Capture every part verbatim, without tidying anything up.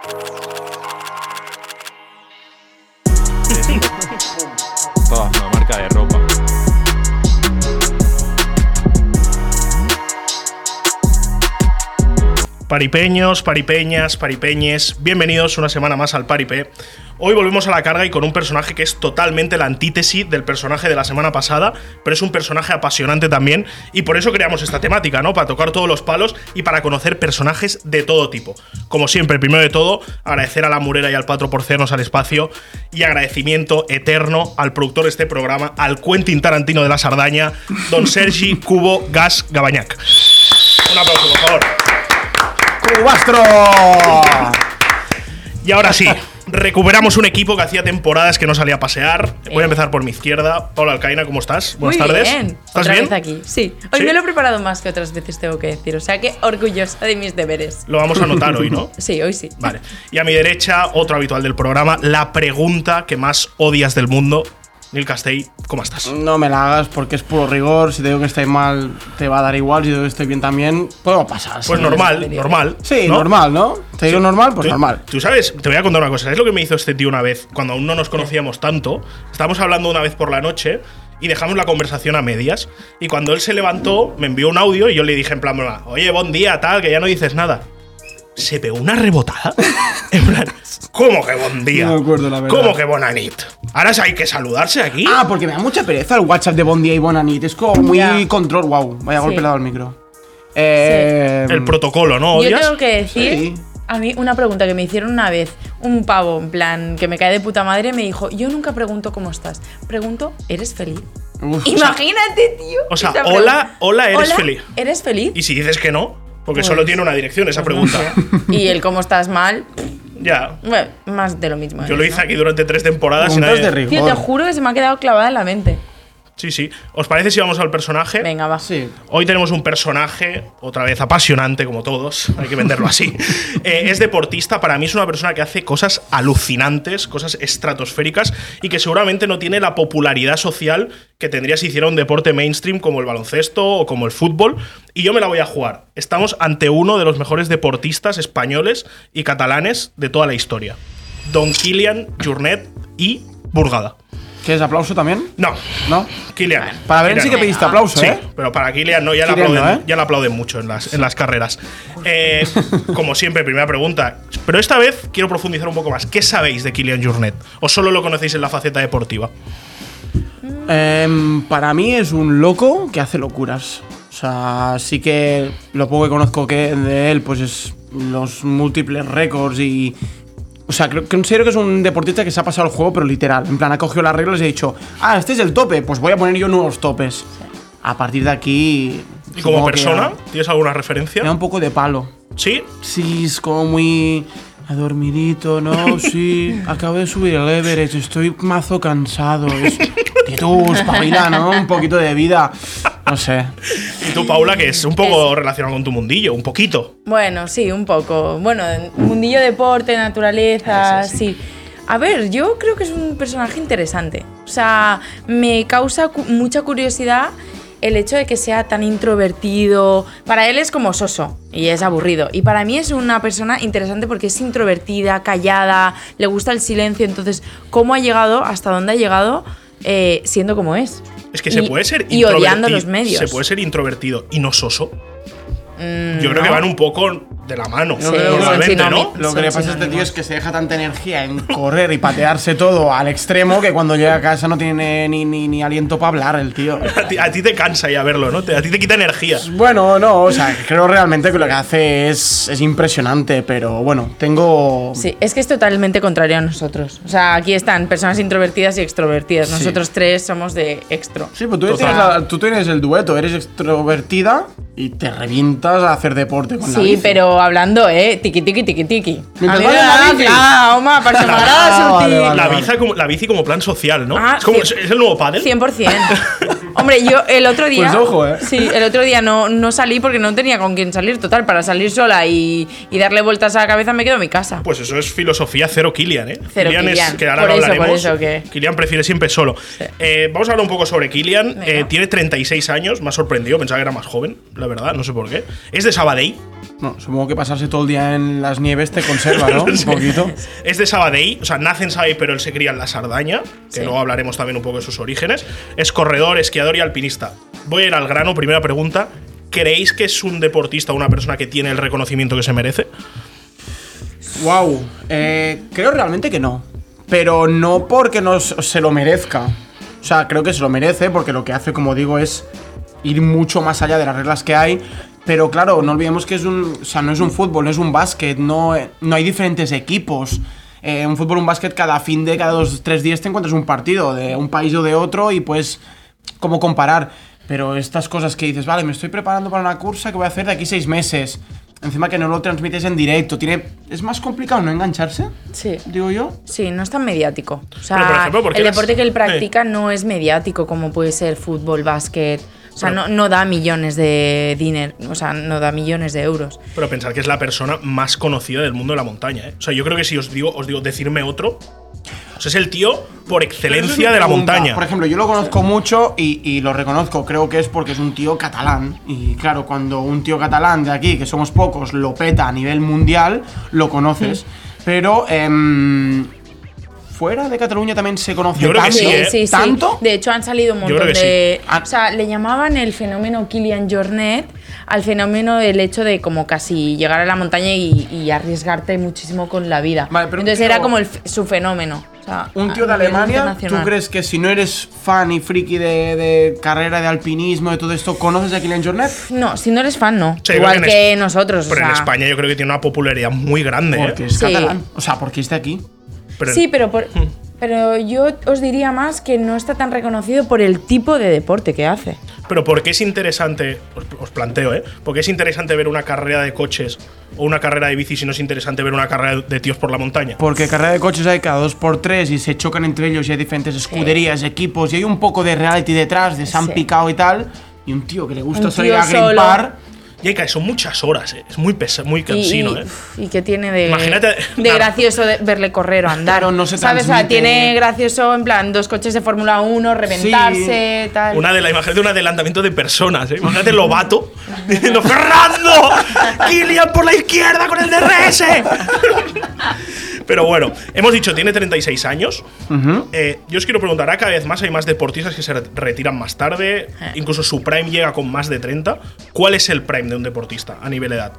Toda una marca de ropa. Paripeños, paripeñas, paripeñes, bienvenidos una semana más al Paripé. Hoy volvemos a la carga y con un personaje que es totalmente la antítesis del personaje de la semana pasada, pero es un personaje apasionante también y por eso creamos esta temática, ¿no? Para tocar todos los palos y para conocer personajes de todo tipo. Como siempre, primero de todo, agradecer a la Murera y al Patro por cedernos al espacio y agradecimiento eterno al productor de este programa, al Quentin Tarantino de la Sardaña, don Sergi Cubo Gas Gabañac. Un aplauso, por favor. ¡Cubastro! Y ahora sí, recuperamos un equipo que hacía temporadas que no salía a pasear. Voy a empezar por mi izquierda. Paula Alcaina, ¿cómo estás? Buenas Muy tardes. Bien. ¿Estás Otra bien? vez aquí. Sí. Hoy ¿Sí? me lo he preparado más que otras veces, tengo que decir. O sea que orgullosa de mis deberes. Lo vamos a anotar hoy, ¿no? Sí, hoy sí. Vale. Y a mi derecha, otro habitual del programa, la pregunta que más odias del mundo. Neil Castell, ¿cómo estás? No me la hagas porque es puro rigor. Si te digo que estoy mal, te va a dar igual. Si te digo que estoy bien también, puedo pasar. Pues ¿sí? normal, normal. Sí, ¿no? normal, ¿no? Te digo normal, pues Tú- normal. Tú sabes, te voy a contar una cosa. ¿Sabes lo que me hizo este tío una vez? Cuando aún no nos conocíamos tanto, estábamos hablando una vez por la noche y dejamos la conversación a medias. Y cuando él se levantó, me envió un audio y yo le dije en plan, oye, buen día, tal, que ya no dices nada. Se pegó una rebotada. En plan, ¿cómo que buen día? No me acuerdo, la verdad. ¿Cómo que bona nit? Ahora hay que saludarse aquí. Ah, porque me da mucha pereza el WhatsApp de Bon Día y Bonanit. Es como muy Ya. control. Wow, vaya Sí. golpe le ha dado el micro. Eh, El protocolo, ¿no? Yo ¿Odias? tengo que decir, Sí. a mí una pregunta que me hicieron una vez, un pavo, en plan, que me cae de puta madre, me dijo, yo nunca pregunto cómo estás, pregunto, ¿eres feliz? Uf. Imagínate, tío. o sea, esa hola, pregunta. hola, ¿eres Hola, feliz? ¿Eres feliz? Y si dices que no, porque Pues- solo tiene una dirección esa Pues no pregunta. sé. Y el cómo estás mal, Ya. bueno, más de lo mismo. Yo es, lo hice ¿no? aquí durante tres temporadas y Preguntas nadie… de rigor. Tío, te juro que se me ha quedado clavada en la mente. Sí, sí. ¿Os parece si vamos al personaje? Venga, va. Sí. Hoy tenemos un personaje, otra vez apasionante como todos, hay que venderlo así. Eh, es deportista, para mí es una persona que hace cosas alucinantes, cosas estratosféricas y que seguramente no tiene la popularidad social que tendría si hiciera un deporte mainstream como el baloncesto o como el fútbol. Y yo me la voy a jugar. Estamos ante uno de los mejores deportistas españoles y catalanes de toda la historia. Don Kilian Jornet y Burgada. ¿Quieres aplauso también? No, ¿No? Kilian. Para ver Kilian si que no. pediste aplauso, Sí, ¿eh? pero para Kilian no, ya le Kilian aplauden, no, ¿eh? ya le aplauden mucho en las, en las carreras. Eh, como siempre, primera pregunta. Pero esta vez quiero profundizar un poco más. ¿Qué sabéis de Kilian Jornet? ¿O solo lo conocéis en la faceta deportiva? Em, para mí es un loco que hace locuras. O sea, sí que lo poco que conozco que de él, pues es los múltiples récords y… O sea, creo, considero que es un deportista que se ha pasado el juego, pero literal. En plan, ha cogido las reglas y ha dicho, ah, este es el tope, pues voy a poner yo nuevos topes. A partir de aquí… ¿Y como supongo que persona? ya- ¿Tienes alguna Me da referencia? un poco de palo. ¿Sí? Sí, es como muy… Adormidito, ¿no? Sí, acabo de subir el Everest, estoy mazo cansado. Es… Titus, espabila, ¿no? Un poquito de vida. No sé. Y tú, Paula, que es un poco relacionado con tu mundillo, un poquito. Bueno, sí, un poco. Bueno, mundillo deporte, naturaleza, sí. A ver, yo creo que es un personaje interesante. O sea, me causa cu- mucha curiosidad el hecho de que sea tan introvertido. Para él es como soso y es aburrido. Y para mí es una persona interesante porque es introvertida, callada, le gusta el silencio. Entonces, ¿cómo ha llegado, hasta dónde ha llegado eh, siendo como es? Es que se Y- puede ser y odiando introvertido. los medios. Se puede ser introvertido y no soso. Mm, Yo creo no. que van un poco de la mano. Yo creo que normalmente, son ¿no? sinónimos. Lo que Son le pasa a este sinónimos. tío es que se deja tanta energía en correr y patearse todo al extremo que cuando llega a casa no tiene ni, ni, ni aliento para hablar el tío. A ti, a ti te cansa ya verlo, ¿no? Te- a ti te quita energía. Bueno, no, o sea, creo realmente que lo que hace es, es impresionante, pero bueno, tengo… Sí, es que es totalmente contrario a nosotros. O sea, aquí están personas introvertidas y extrovertidas. Sí. Nosotros tres somos de extro. Sí, pues tú Total. tienes, la- tú tienes el dueto, eres extrovertida y te revientas a hacer deporte con la Sí, bici. pero hablando, eh, tiqui tiqui tiqui tiqui. Mientras A mí vayas me en la da, bici. claro, home, per això m'agrada Ah, sortir. vale, vale. La bici, como, la bici como plan social, ¿no? Ah, es, como, cien- es el nuevo pádel. cien por ciento. Hombre, yo el otro día. Pues ojo, ¿eh? Sí, el otro día no, no salí porque no tenía con quién salir. Total, para salir sola y, y darle vueltas a la cabeza me quedo en mi casa. Pues eso es filosofía cero Kilian, ¿eh? Cero Kilian es Kilian. que ahora Por lo eso, por hablaremos. eso que- Kilian prefiere siempre solo. Sí. Eh, vamos a hablar un poco sobre Kilian. Venga. Eh, tiene treinta y seis años, me ha sorprendido, pensaba que era más joven, la verdad, no sé por qué. Es de Sabadell, No, supongo que pasarse todo el día en las nieves te conserva, ¿no? Sí. Un poquito. Es de Sabadell, o sea, nace en Sabadell, pero él se cría en la Sardaña, que Sí. luego hablaremos también un poco de sus orígenes. Es corredor, esquiador y alpinista. Voy a ir al grano, primera pregunta. ¿Creéis que es un deportista o una persona que tiene el reconocimiento que se merece? Wow. Eh, creo realmente que no. Pero no porque no se lo merezca. O sea, creo que se lo merece porque lo que hace, como digo, es ir mucho más allá de las reglas que hay. Pero claro, no olvidemos que es un, o sea, no es un fútbol, no es un básquet, no, no hay diferentes equipos. Eh, un fútbol, un básquet, cada fin de, cada dos, tres días te encuentras un partido de un país o de otro y pues, ¿cómo comparar? Pero estas cosas que dices, vale, me estoy preparando para una cursa que voy a hacer de aquí seis meses. Encima que no lo transmites en directo, tiene, es más complicado no engancharse, Sí. digo yo. Sí, no es tan mediático. O sea, Pero, por ejemplo, ¿por qué el las- deporte que él Sí. practica no es mediático como puede ser fútbol, básquet. O sea, Pero- no, no da millones de dinero, o sea, no da millones de euros. Pero pensar que es la persona más conocida del mundo de la montaña, ¿eh? O sea, yo creo que si os digo, os digo, decirme otro. O sea, es el tío por Pero esa es excelencia mi de la pregunta. montaña. Por ejemplo, yo lo conozco mucho y, y lo reconozco. Creo que es porque es un tío catalán. Y claro, cuando un tío catalán de aquí, que somos pocos, lo peta a nivel mundial, lo conoces. Pero em, fuera de Cataluña también se conoce Yo creo que tanto. sí, ¿eh? sí, sí. ¿Tanto? De hecho, han salido un Yo creo montón que de. sí. O sea, le llamaban el fenómeno Kilian Jornet al fenómeno del hecho de como casi llegar a la montaña y, y arriesgarte muchísimo con la vida. Vale, pero un Entonces tío- era como el f- su fenómeno. O sea, Un a tío de nivel Alemania, ¿tú internacional. crees que si no eres fan y friki de, de carrera, de alpinismo, de todo esto, conoces a Kilian Jornet? No, si no eres fan, no. Sí, Igual creo que que, en Es- nosotros. Pero o en sea, España yo creo que tiene una popularidad muy grande, Porque ¿eh? es Sí. catalán. O sea, porque está aquí. Pero- Sí, pero, por- pero yo os diría más que no está tan reconocido por el tipo de deporte que hace. Pero ¿por qué es interesante? Os, os planteo, ¿eh? ¿Por qué es interesante ver una carrera de coches o una carrera de bici si no es interesante ver una carrera de tíos por la montaña? Porque carrera de coches hay cada dos por tres y se chocan entre ellos y hay diferentes escuderías, equipos y hay un poco de reality detrás, de se han Sí. picado y tal. Y un tío que le gusta Un salir tío a solo. grimpar. Y hay que son muchas horas, ¿eh? Es muy pesa, muy Y, cansino, y, ¿eh? y que tiene de, Imagínate- de Claro. gracioso de verle correr o andar. Claro, no se ¿Sabes? O sea, transmite. tiene gracioso en plan dos coches de Fórmula uno, reventarse, tal. Una de la imagen de un adelantamiento de personas, ¿eh? Imagínate Lobato diciendo ¡Fernando! ¡Kilian por la izquierda con el D R S! Pero bueno, hemos dicho, tiene treinta y seis años. Eh, yo os quiero preguntar, ¿a cada vez más hay más deportistas que se re- retiran más tarde? Incluso su prime llega con más de treinta. ¿Cuál es el prime de un deportista a nivel edad?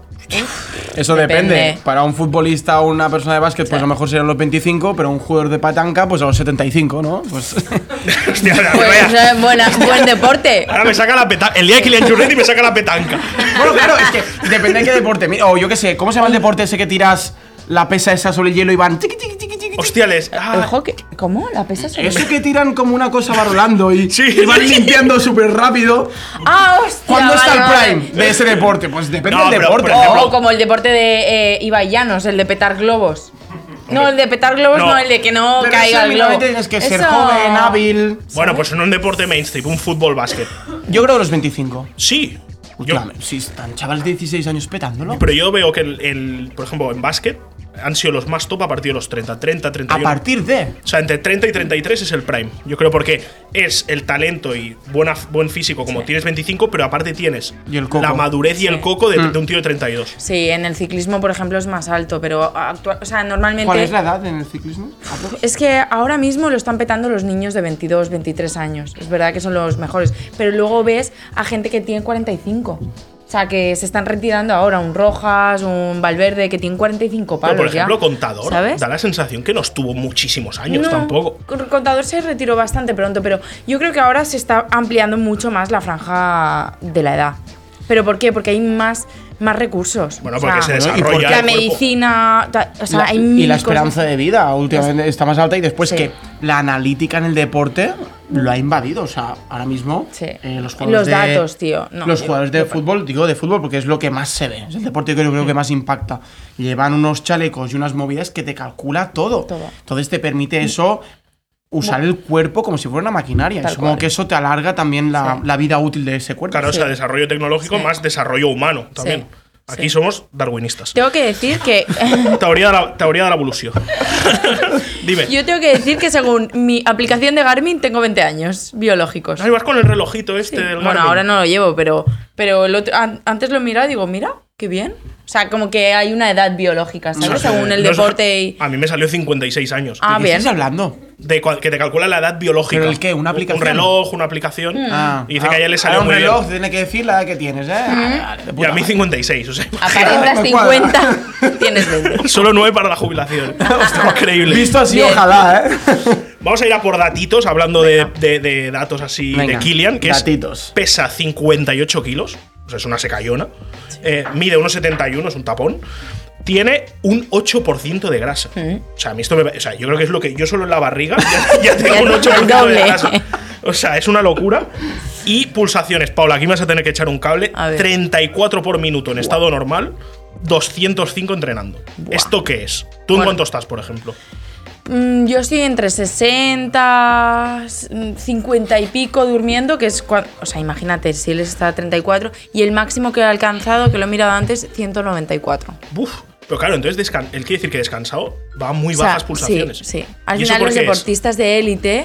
Eso depende. Depende. Para un futbolista o una persona de básquet, pues a lo mejor serían los veinticinco, pero un jugador de patanca, pues a los setenta y cinco, ¿no? Pues Hostia, ahora, Pues vaya- eh, buena- buen deporte. ahora me saca la petanca. El día de Kilian Jornet y me saca la petanca. bueno, claro, es que depende de qué deporte. Mira, o yo qué sé, ¿cómo se llama el deporte ese que tiras la pesa esa sobre el hielo y van tiqui, tiqui, tiqui, tiqui, tiqui? Hostia, les. El ah, hockey. ¿Cómo? ¿La pesa sobre- Eso que tiran como una cosa va rolando y, Sí. y van limpiando súper rápido. Ah, hostia. ¿Cuándo está vale, el vale. prime de ese deporte? Pues depende No, del pero, deporte. por ejemplo- O como el deporte de eh, Ibai Llanos, el de petar globos. No, el de petar globos No. no, el de que no Pero caiga eso el globo. mínimamente tienes que ser Eso- joven, hábil. Bueno, pues en un deporte mainstream, un fútbol básquet. Yo creo que los veinticinco. Sí. Yo, Claro, si están chavales de dieciséis años petándolo. pero yo veo que, el, el- por ejemplo, en básquet han sido los más top a partir de los treinta, treinta, treinta y A uno. partir de. O sea, entre treinta y treinta y tres es el prime. Yo creo porque es el talento y buena, buen físico como tienes veinticinco, pero aparte tienes Y el coco. la madurez y Sí. el coco de, Mm. de un tío de treinta y dos. Sí, en el ciclismo, por ejemplo, es más alto, pero actua- o sea, normalmente. ¿Cuál es la edad en el ciclismo? Es que ahora mismo lo están petando los niños de veintidós, veintitrés años. Es verdad que son los mejores. Pero luego ves a gente que tiene cuarenta y cinco. O sea, que se están retirando ahora. Un Rojas, un Valverde, que tienen cuarenta y cinco palos. Pero, por ejemplo, ya, Contador ¿sabes? da la sensación que no estuvo muchísimos años No, tampoco. Contador se retiró bastante pronto, pero yo creo que ahora se está ampliando mucho más la franja de la edad. ¿Pero por qué? Porque hay más, más recursos. Bueno, O porque sea, se bueno, y desarrolla porque el la cuerpo. medicina. ta- O sea, La- hay y mil la cosas. esperanza de vida últimamente está más alta y después Sí. que la analítica en el deporte lo ha invadido. O sea, ahora mismo Sí. eh, los jugadores Los de, datos, tío. No, los yo- jugadores de yo- fútbol, digo de fútbol porque es lo que más se ve. Es el deporte que yo creo que más impacta. Llevan unos chalecos y unas movidas que te calcula todo. Todo. Entonces te permite eso usar el cuerpo como si fuera una maquinaria. Tal Es como cual. que eso te alarga también la, Sí. la vida útil de ese cuerpo. Claro, o sea, desarrollo tecnológico Sí. más desarrollo humano también. Sí. Aquí Sí. somos darwinistas. Tengo que decir que. Teoría de la, teoría de la evolución. Dime. Yo tengo que decir que según mi aplicación de Garmin tengo veinte años biológicos. Ahí vas con el relojito este Sí. del Bueno, Garmin. ahora no lo llevo, pero, pero el otro- an- antes lo he mirado y digo, mira, qué bien. O sea, como que hay una edad biológica, ¿sabes? No sé, según el no es- deporte y. A mí me salió cincuenta y seis años. Ah, ¿De qué bien. estás hablando? De cua- que te calcula la edad biológica. ¿Pero el qué? ¿Una Un- aplicación? Un reloj, una aplicación. Ah, Y dice que a ella le salió un muy reloj, bien. tiene que decir la edad que tienes, ¿eh? Vale, vale, de Y puta a mí madre. cincuenta y seis, o sea, Aparentas Me cincuenta, tienes veinte. solo nueve para la jubilación. Increíble. Visto así, Bien. ojalá, ¿eh? Vamos a ir a por datitos, hablando de, de- de datos así Venga, de Kylian, que datitos. es pesa cincuenta y ocho kilos, o sea, es una secayona. Eh, mide uno setenta y uno, es un tapón. Tiene un ocho por ciento de grasa. O sea, a mí esto me, o sea, yo creo que es lo que yo solo en la barriga ya, ya tengo Ya un el ocho por ciento de doble. grasa. O sea, es una locura. Y pulsaciones, Paula, aquí me vas a tener que echar un cable. A ver. treinta y cuatro por minuto en estado normal, doscientos cinco entrenando. ¿Esto qué es? ¿Tú en Bueno. cuánto estás, por ejemplo? Mm, Yo estoy entre sesenta, cincuenta y pico durmiendo, que es. cua- O sea, imagínate, si él está a treinta y cuatro, y el máximo que he alcanzado, que lo he mirado antes, ciento noventa y cuatro. Uf. Pero claro, entonces descan él quiere decir que descansado va a muy O sea, bajas pulsaciones. Sí, sí. Al ¿Y eso final por los qué es? deportistas de élite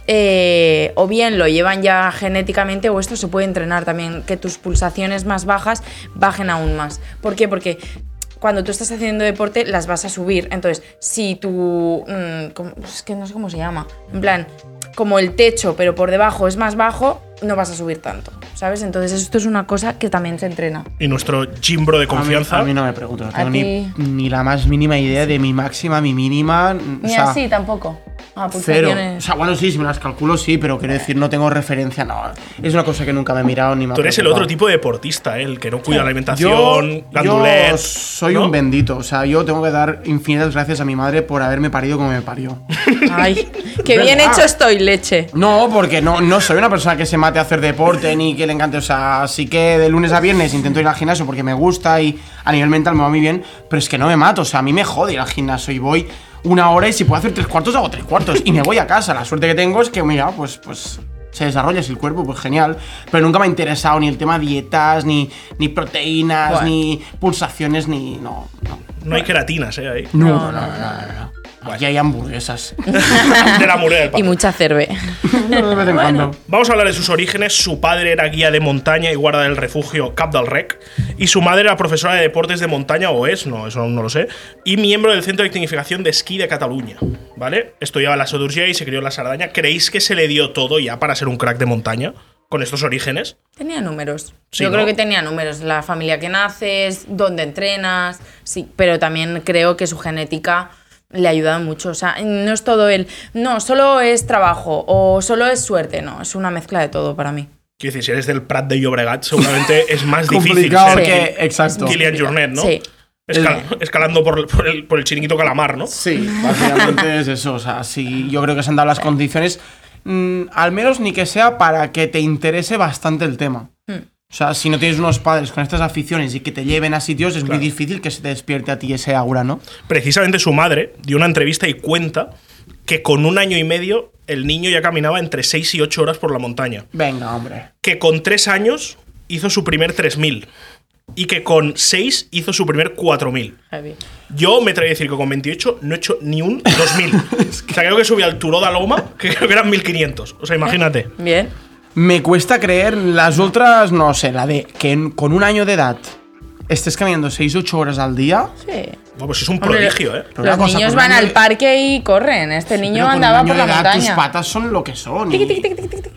eh, o bien lo llevan ya genéticamente o esto se puede entrenar también, que tus pulsaciones más bajas bajen aún más. ¿Por qué? Porque cuando tú estás haciendo deporte las vas a subir. Entonces, si tu... mm, ¿cómo? Es que no sé cómo se llama. En plan, como el techo, pero por debajo es más bajo, no vas a subir tanto, ¿sabes? Entonces esto es una cosa que también se entrena. Y nuestro Jimbro de confianza. A mí, a mí no me pregunto, no A tengo ni, ti. ni la más mínima idea de mi máxima, mi mínima. O Ni sea, así tampoco. Ah, cero. pulsaciones. O sea, bueno, sí, si me las calculo, sí, pero quiero decir, no tengo referencia, no. Es una cosa que nunca me he mirado ni me ha Tú eres el preocupado. otro tipo de deportista, ¿eh? El que no cuida la Yo, alimentación, yo gandulet. soy ¿no? un bendito, o sea, yo tengo que dar infinitas gracias a mi madre por haberme parido como me parió. Ay, qué Es bien verdad. hecho estoy, leche. No, porque no, no soy una persona que se mate a hacer deporte ni que le encante. O sea, sí que de lunes a viernes intento ir al gimnasio porque me gusta y a nivel mental me va muy bien, pero es que no me mato. O sea, a mí me jode ir al gimnasio y voy una hora y si puedo hacer tres cuartos, hago tres cuartos y me voy a casa. La suerte que tengo es que, mira, pues, pues se desarrolla así el cuerpo, pues genial. Pero nunca me ha interesado ni el tema dietas, ni, ni proteínas, Bueno. ni pulsaciones, ni. No, no. No hay queratinas, ¿eh? Ahí. No, No, no, no, no, no, no. Aquí hay hamburguesas. De la muralla del Y Papa. mucha cerve. De vez en cuando. Vamos a hablar de sus orígenes. Su padre era guía de montaña y guarda del refugio Cap del Rec. Y su madre era profesora de deportes de montaña, o es, no, eso aún no lo sé. Y miembro del Centro de Tecnificación de Esquí de Cataluña. ¿Vale? Estudiaba en la Sodurgé y se crió en la Sardaña. ¿Creéis que se le dio todo ya para ser un crack de montaña? Con estos orígenes. Tenía números. Sí, Yo ¿no? creo que tenía números. La familia que naces, dónde entrenas, sí. Pero también creo que su genética le ha ayudado mucho. O sea, no es todo el. No, solo es trabajo o solo es suerte. No, es una mezcla de todo para mí. Quiero decir, si eres del Prat de Llobregat, seguramente es más difícil Complicado ser que. Exacto. Kilian Jornet, ¿no? Sí. Escal- escalando por, por el, por el chiringuito Calamar, ¿no? Sí, básicamente es eso. O sea, sí, yo creo que se han dado las condiciones, mm, al menos ni que sea para que te interese bastante el tema. O sea, si no tienes unos padres con estas aficiones y que te lleven a sitios, es Claro. muy difícil que se te despierte a ti ese aura, ¿no? Precisamente su madre dio una entrevista y cuenta que con un año y medio el niño ya caminaba entre seis y ocho horas por la montaña. Venga, hombre. Que con tres años hizo su primer tres mil. Y que con seis hizo su primer cuatro mil. Heavy. Yo me atrevo a decir que con veintiocho no he hecho ni un dos mil. O sea, creo que subí al Turó de Loma, que creo que eran mil quinientos. O sea, imagínate. Bien. Me cuesta creer las otras, no sé, la de que en- con un año de edad estés caminando seis u ocho horas al día. Sí. Bueno, pues es un Hombre, prodigio, ¿eh? Pero una Los cosa, niños con un van año al de- parque y corren. Este Pero niño con un andaba año por de la edad, montaña. tus patas son lo que son. y- Tiqui, tiqui, tiqui, tiqui, tiqui.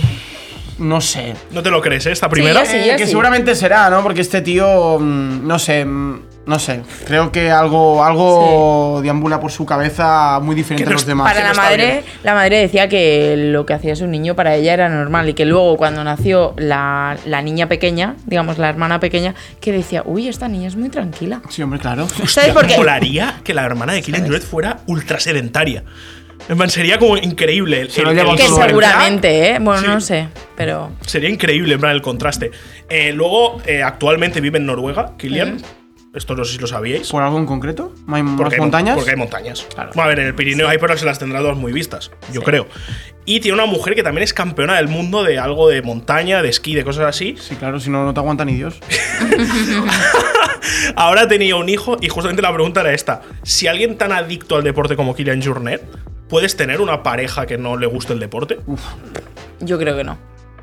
No sé. ¿No te lo crees, eh? Esta primera. yo sí, Eh, yo que sí. seguramente será, ¿no? Porque este tío, mm, no sé, mm, no sé. Creo que algo, algo deambula por su cabeza muy diferente Que a no los es- demás. Para no la está madre, bien. la madre decía que lo que hacía su niño para ella era normal y que luego cuando nació la, la niña pequeña, digamos la hermana pequeña, que decía, uy, esta niña es muy tranquila. Sí, hombre, claro. ¿Sabes por qué? Molaría que la hermana de Kylian Jornet fuera ultra sedentaria. En plan, sería como increíble. El, Se lo el- lleva el- Que todo el seguramente, ¿eh? Bueno, Sí. no sé, pero... Sería increíble, en plan, el contraste. Eh, luego, eh, actualmente vive en Noruega, Kylian. Esto no sé si lo sabíais. ¿Por algo en concreto? ¿Hay más Porque hay, montañas? Porque hay montañas. Claro. Bueno, a ver, en el Pirineo hay, pero se las tendrá todas muy vistas, yo creo. Y tiene una mujer que también es campeona del mundo de algo de montaña, de esquí, de cosas así. Sí, claro, si no, no te aguanta ni Dios. ahora tenía un hijo y justamente la pregunta era esta. Si alguien tan adicto al deporte como Kylian Jornet, ¿puedes tener una pareja que no le guste el deporte? Uf. Yo creo que no.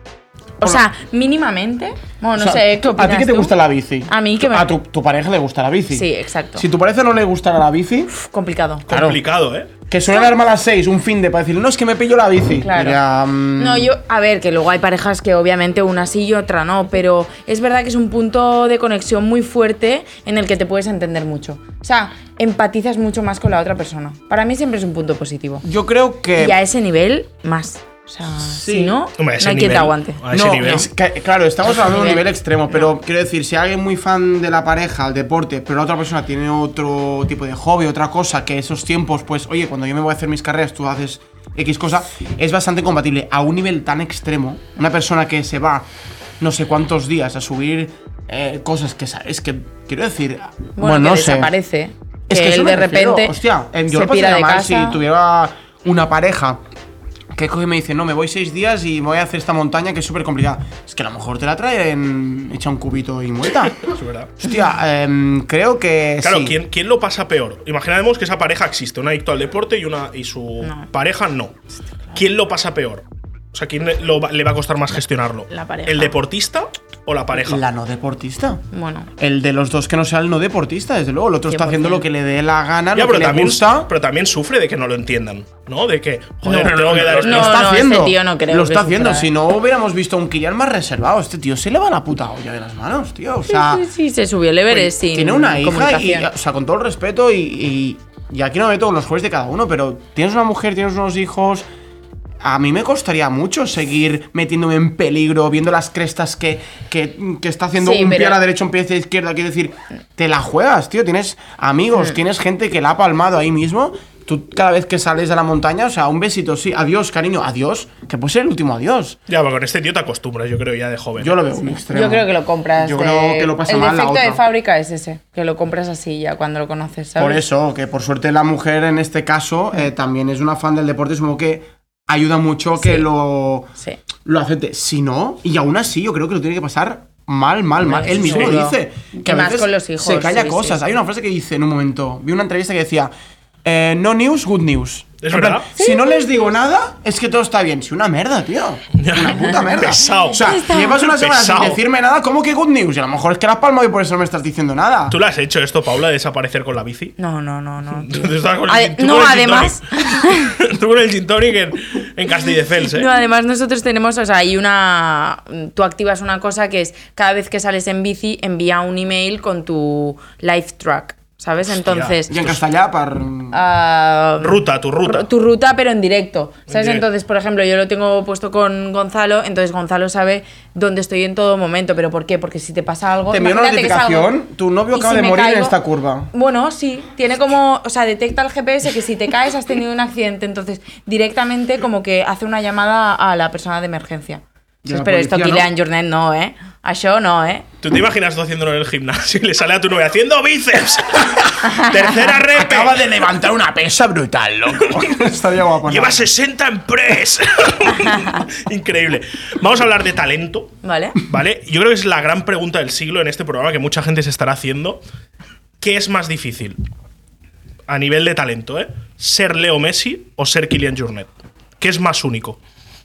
O sea, mínimamente. Bueno, no o sea, sé, ¿qué opinas ¿a ti qué te tú? gusta la bici? A mí que me... A tu, tu pareja le gusta la bici. Sí, exacto. Si tu pareja no le gusta la bici, Uf, complicado. Claro. Complicado, ¿eh? que suele alarma a las seis, un fin de para decirle, no, es que me pillo la bici. Claro. Diría, mm, No, yo, a ver, que luego hay parejas que obviamente una sí y otra no, pero es verdad que es un punto de conexión muy fuerte en el que te puedes entender mucho. O sea, empatizas mucho más con la otra persona. Para mí siempre es un punto positivo. Yo creo que. Y a ese nivel, más. O sea, Sí. si no, Hombre, a no ese hay quien te nivel- aguante. A ese no, nivel. es que, claro, estamos Ese hablando de un nivel. nivel extremo, pero quiero decir, si alguien muy fan de la pareja, el deporte, pero la otra persona tiene otro tipo de hobby, otra cosa, que esos tiempos, pues, oye, cuando yo me voy a hacer mis carreras, tú haces X cosa, es bastante compatible. A un nivel tan extremo, una persona que se va no sé cuántos días a subir eh, cosas que es que quiero decir, Bueno, bueno, que no sé. desaparece. Es que que eso él me de refiero. repente Hostia, em, yo se lo pira pasaría de mal casa. si tuviera una pareja que coge y me dice, no, me voy seis días y voy a hacer esta montaña que es súper complicada. Es que a lo mejor te la traen hecha un cubito y muerta. Es verdad. Hostia, em, creo que Claro, sí. ¿quién, ¿quién lo pasa peor? Imaginemos que esa pareja existe, un adicto al deporte y, una, y su No. pareja no. ¿Quién lo pasa peor? O sea, ¿quién le, lo va- le va a costar más gestionarlo? La pareja. ¿El deportista o la pareja? La no deportista. Bueno, El de los dos que no sea el no deportista, desde luego. El otro está haciendo cien por lo que le dé la gana, Ya, lo pero que le también, gusta. pero también sufre de que no lo entiendan, ¿no? De que, joder, No, tengo que dar lo no, está no, haciendo. este tío no creo lo que está haciendo. sufra, Si eh. no hubiéramos visto a un Kylian más reservado, este tío se le va la puta olla de las manos, tío. O sea, sí, sí, se subió el Everest sin tiene una hija y, comunicación. o sea, con todo el respeto y, y, y aquí no me meto con los jueces de cada uno, pero tienes una mujer, tienes unos hijos. A mí me costaría mucho seguir metiéndome en peligro, viendo las crestas que, que, que está haciendo Sí, un pie pero- a la derecha, un pie a la izquierda. Quiero decir, te la juegas, tío. Tienes amigos, tienes gente que la ha palmado ahí mismo. Tú cada vez que sales de la montaña, o sea, un besito, sí. Adiós, cariño, adiós. Que puede ser el último adiós. Ya, pero con este tío te acostumbras, yo creo, ya de joven. Yo lo veo un extremo. Yo creo que lo compras. Yo de- creo que lo pasa el mal la defecto de otra. fábrica es ese, que lo compras así ya cuando lo conoces, ¿sabes? Por eso, que por suerte la mujer en este caso eh, también es una fan del deporte, supongo que ayuda mucho que Sí. lo, Sí. lo acepte. Si no, y aún así yo creo que lo tiene que pasar mal, mal, mal. Hombre, Él mismo lo seguro. dice. Y Que a más veces con los hijos, se calla sí, cosas. sí. Hay una frase que dice en un momento, vi una entrevista que decía, eh, no news, good news. ¿Es En plan, verdad? Si no les digo nada, es que todo está bien. Si una merda, tío. Una puta merda. Pesado. O sea, llevas una semana Pesado. sin decirme nada, ¿cómo que good news? Y a lo mejor es que la has palmado y por eso no me estás diciendo nada. ¿Tú le has hecho esto, Paula, de desaparecer con la bici? No, no, no, no. Tú estás con el Ade- gin- tú no, con el gin además. tonic. Tú con el gin tonic en, en Castelldefels, ¿eh? No, además nosotros tenemos, o sea, hay una... Tú activas una cosa que es, cada vez que sales en bici, envía un email con tu life track, ¿sabes? Entonces... Y en castellà, per... ah, Ruta, tu ruta. tu ruta, pero en directo. ¿Sabes? directo. Entonces, por ejemplo, yo lo tengo puesto con Gonzalo, entonces Gonzalo sabe dónde estoy en todo momento. ¿Pero por qué? Porque si te pasa algo. Te envía una imagínate que notificación, salgo tu novio y acaba si de me morir en caigo- esta curva. Bueno, sí, tiene como, o sea, detecta el G P S que si te caes has tenido un accidente, entonces directamente como que hace una llamada a la persona de emergencia. Y a la Pero esto policía, Kylian ¿no? Jornet no, ¿eh? A yo no, ¿eh? ¿Tú te imaginas tú haciéndolo en el gimnasio y le sale a tu novia haciendo bíceps? Tercera rep. Acaba de levantar una pesa brutal, loco. Estaría guapo. ¿no? Lleva sesenta en press. Increíble. Vamos a hablar de talento. ¿Vale? ¿Vale? Yo creo que es la gran pregunta del siglo en este programa que mucha gente se estará haciendo. ¿Qué es más difícil? A nivel de talento, ¿eh? ¿Ser Leo Messi o ser Kylian Jornet? ¿Qué es más único?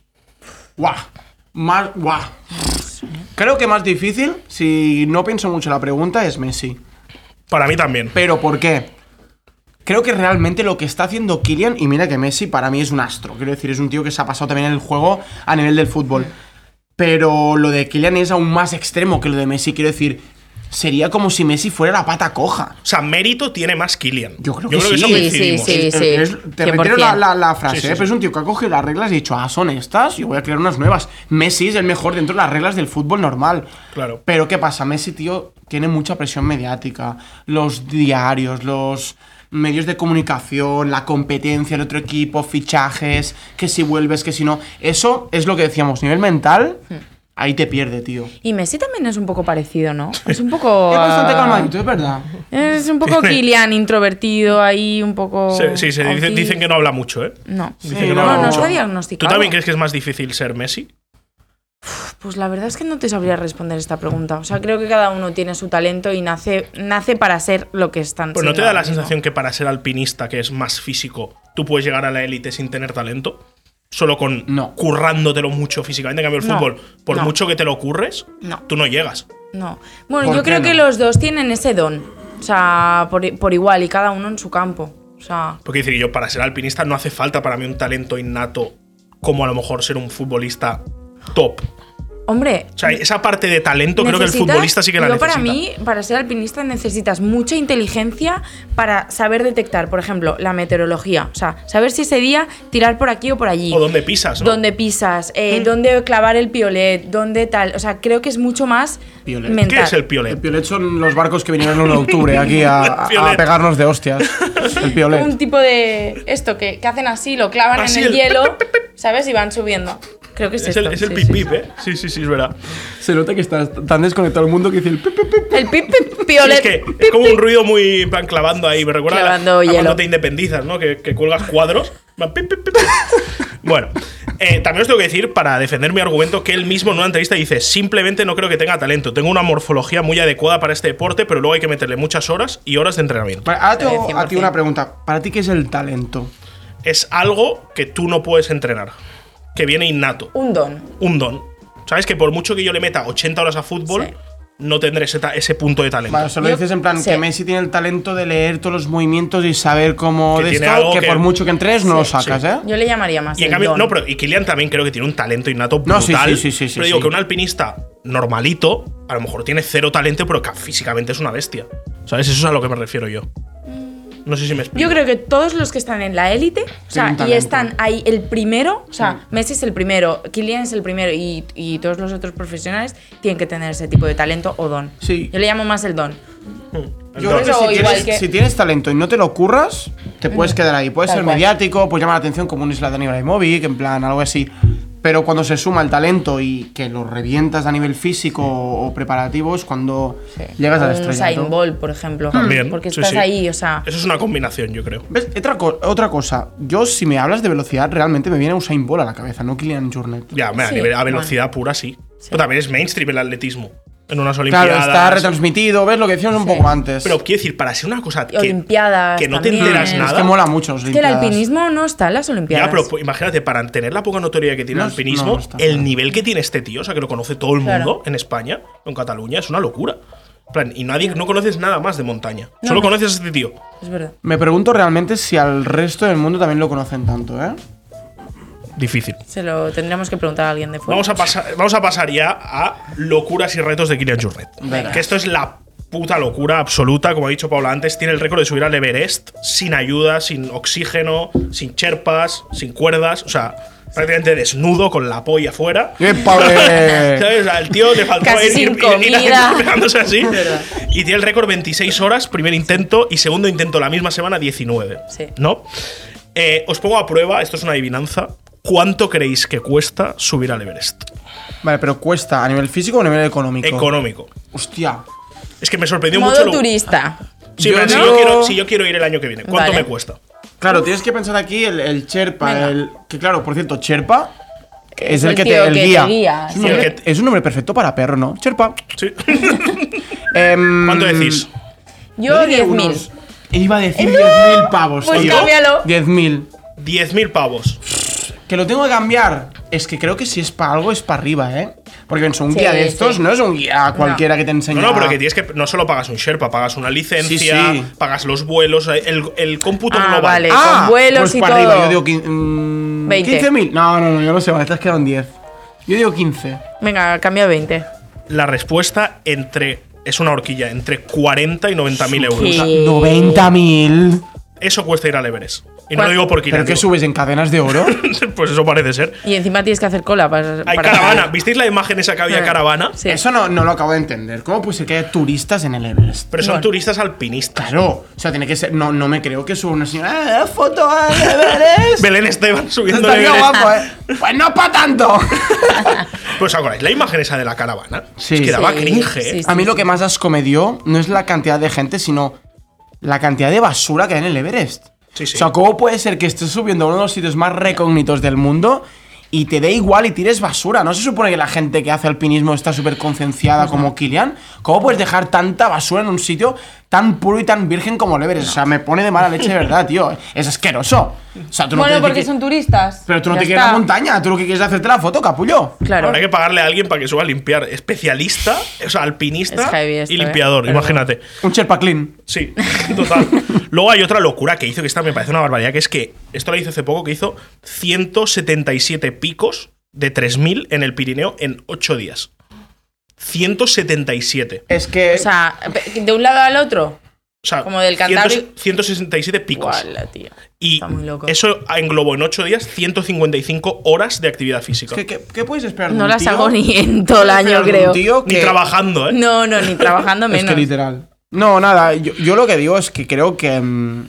Guau. Más, guau. Creo que más difícil, si no pienso mucho en la pregunta, es Messi. Para mí también. ¿Pero por qué? Creo que realmente lo que está haciendo Kylian, y mira que Messi para mí es un astro, quiero decir, es un tío que se ha pasado también en el juego a nivel del fútbol. Pero lo de Kylian es aún más extremo que lo de Messi, quiero decir, sería como si Messi fuera la pata coja. O sea, mérito tiene más Kylian. Yo creo que eso sí. lo Sí, coincidimos. sí, Es- sí. es- te cien por retiro la, cien. la- la frase, Sí, sí, ¿eh? sí. Pero es un tío que ha cogido las reglas y ha dicho, ah, son estas, yo voy a crear unas nuevas. Messi es el mejor dentro de las reglas del fútbol normal. Claro. Pero ¿qué pasa? Messi, tío, tiene mucha presión mediática. Los diarios, los medios de comunicación, la competencia, el otro equipo, fichajes, que si vuelves, que si no. Eso es lo que decíamos, nivel mental, ahí te pierde, tío. Y Messi también es un poco parecido, ¿no? Es un poco... Es bastante ah, calmadito, es verdad. Es un poco Kylian, introvertido ahí, un poco... Sí, sí, se dice- autista. dicen que no habla mucho, ¿eh? No, Dicen Sí, que no, habla no, no mucho. está diagnosticado. ¿Tú también crees que es más difícil ser Messi? Pues la verdad es que no te sabría responder esta pregunta. O sea, creo que cada uno tiene su talento y nace, nace para ser lo que están Pues siendo. ¿no te da la ahora mismo. sensación que para ser alpinista, que es más físico, tú puedes llegar a la élite sin tener talento? Solo con No. currándotelo mucho físicamente. En cambio, el No, fútbol, por no. mucho que te lo curres, No. tú no llegas. No. Bueno, ¿Por yo qué creo no? que los dos tienen ese don. O sea, por, por igual y cada uno en su campo. O sea, Porque decir, yo para ser alpinista no hace falta para mí un talento innato como a lo mejor ser un futbolista top. hombre. O sea, esa parte de talento creo que el necesitas- futbolista sí que la yo necesita. para mí, para ser alpinista necesitas mucha inteligencia para saber detectar, por ejemplo, la meteorología. O sea, saber si ese día tirar por aquí o por allí. O dónde pisas, ¿no? Dónde pisas, eh, dónde clavar el piolet, dónde tal. O sea, creo que es mucho más Piolet. mental. ¿Qué es el El piolet? piolet son los barcos que vinieron el uno de octubre aquí a, a- Piolet. a pegarnos de hostias. El piolet. Un tipo de esto que, que hacen así, lo clavan Así en el, el hielo, pip, pip, pip, pip. ¿sabes? Y van subiendo. Creo que es, Es esto. el, es el sí, pip sí. pip, ¿eh? Sí, sí, sí, es verdad. Se nota que estás tan desconectado del mundo que dice el pip, pip, pip. El pip, pip, Sí, piolet. es que es como un ruido muy en plan clavando ahí. Me recuerda a- Clavando a, cuando hielo. te independizas, ¿no? Que, que cuelgas cuadros. Va, pip, pip, pip, pip. Bueno, eh, también os tengo que decir, para defender mi argumento, que él mismo en una entrevista dice: simplemente no creo que tenga talento. Tengo una morfología muy adecuada para este deporte, pero luego hay que meterle muchas horas y horas de entrenamiento. Vale, ahora tengo Eh, a ti cien por cien. una pregunta. ¿Para ti qué es el talento? Es algo que tú no puedes entrenar, que viene innato. Un don. Un don. ¿Sabes? Que por mucho que yo le meta ochenta horas a fútbol, Sí. no tendré ese, ta- ese punto de talento. Vale, solo Yo- dices en plan sí. que Messi tiene el talento de leer todos los movimientos y saber cómo Que de tiene esto, algo que, que- por mucho que entrenes no Sí, lo sacas, sí. ¿eh? Yo le llamaría más Y en el cambio, don. no, pero y Kylian también creo que tiene un talento innato brutal. No, sí, sí, sí, sí, sí, pero digo sí. que un alpinista normalito, a lo mejor tiene cero talento, pero que físicamente es una bestia. ¿Sabes? Eso es a lo que me refiero yo. No sé si me explico. Yo creo que todos los que están en la élite, o sea, Tienen y talento. están ahí el primero, o sea, Messi es el primero, Kylian es el primero y, y todos los otros profesionales tienen que tener ese tipo de talento o don. Sí. Yo le llamo más el don. Hmm. Yo Entonces, creo que Eso si, igual tienes, que- si tienes talento y no te lo curras, te puedes quedar ahí. Puedes Tal ser cual. mediático, puedes llamar la atención como un Zlatan Ibrahimovic, en plan algo así. Pero cuando se suma el talento y que lo revientas a nivel físico o preparativo es cuando llegas O al un Usain estrellato. Bolt, por ejemplo. También, Porque sí, estás sí. ahí, o sea. Eso es una combinación, yo creo. ¿Ves? Otra, co- otra cosa, yo si me hablas de velocidad realmente me viene Usain Bolt a la cabeza, no Kylian Jornet. Ya, hombre, Sí, a, nivel, a bueno. velocidad pura sí. Pero también es mainstream el atletismo. En unas Claro, olimpiadas. está retransmitido, ¿ves lo que decíamos un poco antes? Pero quiero decir, para ser una cosa que, Olimpiadas que no te también. enteras Es es nada. que mola mucho los Es que el Olimpiadas. alpinismo no está en las Olimpiadas. Ya, pero pues, imagínate, para tener la poca notoriedad que tiene No, el alpinismo, no, no está, el claro. nivel que tiene este tío, o sea, que lo conoce todo el Claro. mundo en España, en Cataluña, es una locura. En plan, y nadie, no conoces nada más de montaña. No, Solo no. conoces a este tío. Es verdad. Me pregunto realmente si al resto del mundo también lo conocen tanto, ¿eh? Difícil. Se lo tendríamos que preguntar a alguien de fuera. Vamos a, pasar, vamos a pasar ya a locuras y retos de Kylian Jornet. Venga. Que esto es la puta locura absoluta, como ha dicho Paula antes. Tiene el récord de subir al Everest sin ayuda, sin oxígeno, sin cherpas, sin cuerdas. O sea, prácticamente desnudo, con la polla afuera. ¡Epa, eh! ¿Sabes? Al tío le faltó Casi ir, sin ir- ir- ir comida. pegándose así. verdad. Y tiene el récord veintiséis horas, primer intento, y segundo intento la misma semana, diecinueve. Sí. ¿No? Eh, os pongo a prueba, esto es una adivinanza. ¿Cuánto creéis que cuesta subir al Everest? Vale, pero cuesta a nivel físico o a nivel económico. Económico. Hostia. Es que me sorprendió Modo mucho. lo- turista. Sí, Yo pero si, no- yo quiero, si yo quiero ir el año que viene, ¿cuánto Vale. me cuesta? Claro, tienes que pensar aquí el, el Sherpa, Venga. el. Que claro, por cierto, Sherpa es es el, el que te tío el que te guía. guía, es, un sí. nombre, El que- es un nombre perfecto para perro, ¿no? Sherpa. Sí. Em, ¿Cuánto decís? Yo diría diez mil. unos- Iba a decir diez mil pavos, Pues tío. cámbialo. diez mil. diez mil pavos. Que lo tengo que cambiar. Es que creo que si es para algo es para arriba, ¿eh? Porque en un Sí, guía de estos sí. no es un guía cualquiera que te enseña. No, no, pero que tienes que. No solo pagas un Sherpa, pagas una licencia, Sí, sí. pagas los vuelos, el, el cómputo Ah, global. vale. Ah, con vuelos pues y para todo. arriba. Yo digo quin- mm, veinte. quince mil. No, no, no, yo no sé, vale, te has quedado en diez. Yo digo quince. Venga, cambia veinte. La respuesta entre. Es una horquilla, entre cuarenta y noventa mil euros. ¿Qué? noventa mil. Eso cuesta ir al Everest. Y no ¿Cuál- lo digo por ¿Pero Kylian. qué digo- subes en cadenas de oro? Pues eso parece ser. Y encima tienes que hacer cola para. Hay para caravana. ¿Visteis la imagen esa que había Ah. caravana? Sí. Eso no, no lo acabo de entender. ¿Cómo puede ser que haya turistas en el Everest? Pero son Bueno. turistas alpinistas. Claro, o sea, tiene que ser. No, no me creo que suba una señora. ¡Ah, foto al Everest! Belén Esteban subiendo el Estaría Everest. guapo, ¿eh? Pues no para tanto. Pues acordáis, la imagen esa de la caravana. Sí. Es que daba Sí, cringe, ¿eh? sí, sí. A mí lo que más asco me dio no es la cantidad de gente, sino la cantidad de basura que hay en el Everest. Sí, sí. O sea, ¿cómo puede ser que estés subiendo a uno de los sitios más recógnitos del mundo y te dé igual y tires basura. ¿No se supone que la gente que hace alpinismo está súper concienciada como Kilian? ¿Cómo puedes dejar tanta basura en un sitio tan puro y tan virgen como el Everest? O sea, me pone de mala leche de verdad, tío. Es asqueroso. O sea, tú no Bueno, te porque que... son turistas. Pero tú no Ya te quieres está. la montaña, tú lo que quieres es hacerte la foto, capullo. Claro. Habrá que pagarle a alguien para que suba a limpiar. Especialista, o sea, alpinista Es heavy esto, y limpiador, ¿eh? imagínate. Un Sherpa Clean. Sí, total. Luego hay otra locura que hizo, que esta me parece una barbaridad, que es que, esto lo hizo hace poco, que hizo ciento setenta y siete picos de tres mil en el Pirineo en ocho días. ciento setenta y siete. Es que... O sea, de un lado al otro. O sea, como del Cantábrico. ciento sesenta y siete picos. Guala, tío. Y Está muy loco. eso englobó en ocho días ciento cincuenta y cinco horas de actividad física. ¿Qué, qué, qué puedes esperar de No un las tío? hago ni en todo el ¿Qué año, esperar de un creo. tío Ni que- trabajando, ¿eh? No, no, ni trabajando Es menos. que literal. No, nada, yo, yo lo que digo es que creo que. mm,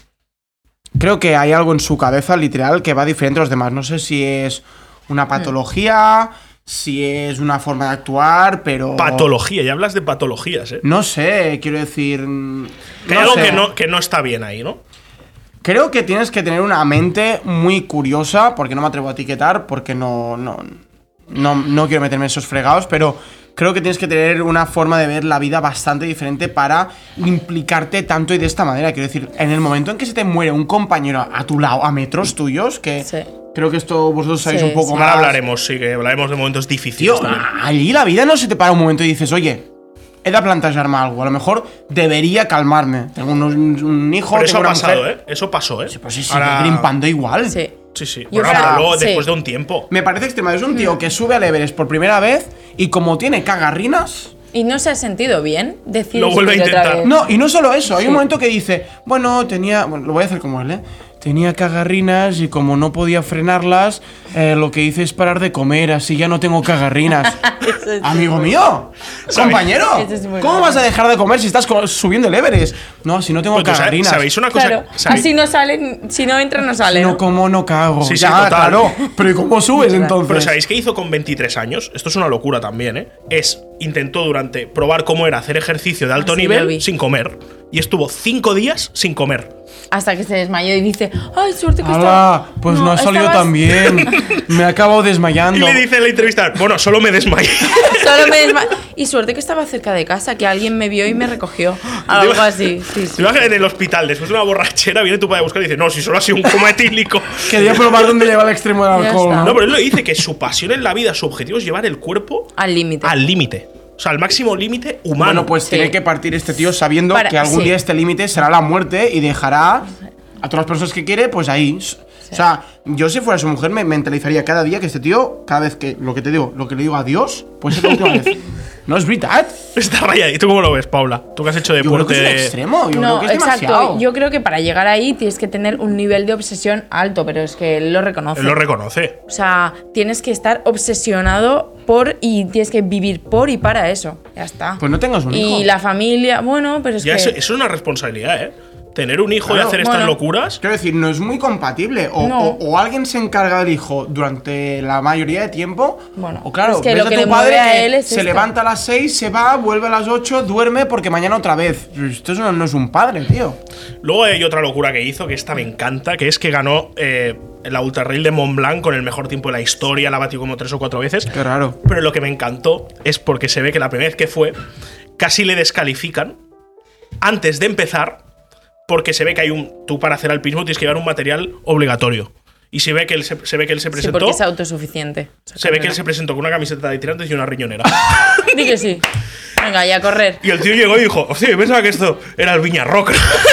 creo que hay algo en su cabeza, literal, que va diferente a los demás. No sé si es una patología, si es una forma de actuar, pero. Patología, ya hablas de patologías, ¿eh? No sé, quiero decir. mm, Que hay no algo sé. que no, que no está bien ahí, ¿no? Creo que tienes que tener una mente muy curiosa, porque no me atrevo a etiquetar, porque no, no, no, no quiero meterme en esos fregados, pero creo que tienes que tener una forma de ver la vida bastante diferente para implicarte tanto y de esta manera. Quiero decir, en el momento en que se te muere un compañero a tu lado, a metros tuyos, que Sí. creo que esto vosotros sabéis Sí, un poco sí. más. Ahora hablaremos, sí, que hablaremos de momentos difíciles Tío, también. allí la vida no se te para un momento y dices, oye, he de plantearme algo. A lo mejor debería calmarme. Tengo un, un hijo, Pero eso tengo ha una pasado, mujer. ¿eh? Eso pasó, ¿eh? Sí, pues sí, sí, Ahora- grimpando igual. Sí. Sí, sí. Yo Bueno, creo- pero luego, sí. después de un tiempo. Me parece extremo. Es un tío que sube al Everest por primera vez y como tiene cagarrinas. ¿Y no se ha sentido bien decir Lo vuelve a subir otra intentar. vez? No, y no solo eso. Hay Sí. un momento que dice, bueno, tenía. Bueno, lo voy a hacer como él, ¿eh? Tenía cagarrinas y como no podía frenarlas, eh, lo que hice es parar de comer, así ya no tengo cagarrinas. Eso es Amigo muy- mío, compañero, Eso es muy ¿cómo bueno. vas a dejar de comer si estás co- subiendo el Everest? No, si no tengo Pues, ¿tú sabes- cagarrinas. ¿Sabéis una cosa? Claro, ¿Sabéis? así no salen, si no entra no sale. No ¿no? como, no cago. Sí, sí, ya, total. claro. Pero ¿y cómo subes Literal. entonces? Pero ¿sabéis qué hizo con veintitrés años? Esto es una locura también, ¿eh? Es, intentó durante probar cómo era hacer ejercicio de alto Ah, sí, lo nivel vi. sin comer. Y estuvo cinco días sin comer. Hasta que se desmayó y dice, ay, suerte que ¡Hala! estaba. Pues no, ha salido estabas- tan bien. Me he acabado Y desmayando. le dice en la entrevista, bueno, solo me desmayé. Solo me desma- Y suerte que estaba cerca de casa, que alguien me vio y me recogió. Algo así. Sí, sí. Te imaginas en el hospital, después de una borrachera, viene tu padre a buscar y dice, no, si solo ha sido un coma etílico. Quería probar dónde lleva el extremo del Ya alcohol. está. ¿no? No, pero él lo dice, que su pasión en la vida, su objetivo es llevar el cuerpo Al límite. al límite. O sea, al máximo límite humano. Bueno, pues Sí. tiene que partir este tío sabiendo Para- que algún sí. día este límite será la muerte y dejará a todas las personas que quiere, pues ahí. O sea, yo si fuera su mujer me mentalizaría cada día que este tío, cada vez que lo que te digo, lo que le digo adiós, pues es la última vez. ¿No es verdad? Está rayado. ¿Y tú cómo lo ves, Paula? Tú que has hecho Yo creo que es un deporte. extremo. Yo No, creo que es exacto. demasiado. Yo creo que para llegar ahí tienes que tener un nivel de obsesión alto, pero es que él lo reconoce. Él lo reconoce. O sea, tienes que estar obsesionado por y tienes que vivir por y para eso. Ya está. Pues no tengas un hijo. Y la familia, bueno, pero es Ya que. eso, eso es una responsabilidad, ¿eh? Tener un hijo y Claro. hacer estas Bueno. locuras. Quiero decir, no es muy compatible. O, No. o- o alguien se encarga del hijo durante la mayoría de tiempo. Bueno, o claro, es que ves lo a que tu le padre mueve a que él es se esto. levanta a las seis, se va, vuelve a las ocho, duerme porque mañana otra vez. Esto no, no es un padre, tío. Luego hay otra locura que hizo, que esta me encanta, que es que ganó eh, la Ultra Trail de Mont Blanc con el mejor tiempo de la historia, la batió como tres o cuatro veces. Qué raro. Pero lo que me encantó es porque se ve que la primera vez que fue, casi le descalifican antes de empezar, porque se ve que hay un. Tú para hacer alpinismo tienes que llevar un material obligatorio. Y se ve que él se, se, ve que él se Sí, presentó. porque es autosuficiente. se ve que él se presentó con una camiseta de tirantes y una riñonera. Di que sí. Venga, ya a correr. Y el tío llegó y dijo, hostia, yo pensaba que esto era el Viña Rock.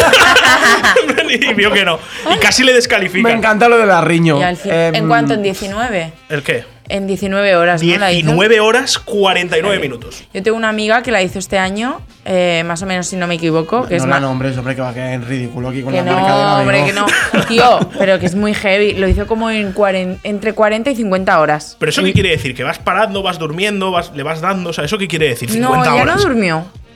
Y vio que no. Y casi le descalifican. Me encanta lo del arriño. Y al fin- Em, ¿En cuánto? ¿En diecinueve? ¿El qué? En diecinueve horas, ¿no? La hizo. diecinueve horas cuarenta y nueve minutos. Yo tengo una amiga que la hizo este año, eh, más o menos si no me equivoco, que no es la más. nombres, hombre, que va a quedar en ridículo aquí con Que la marca de no, la hombre, de que no. Tío, pero que es muy heavy. Lo hizo como en cuaren- entre cuarenta y cincuenta horas. ¿Pero eso qué quiere decir? ¿Que vas parando, vas durmiendo, vas, le vas dando? O sea, ¿eso qué quiere decir? No, cincuenta ya horas. no durmió.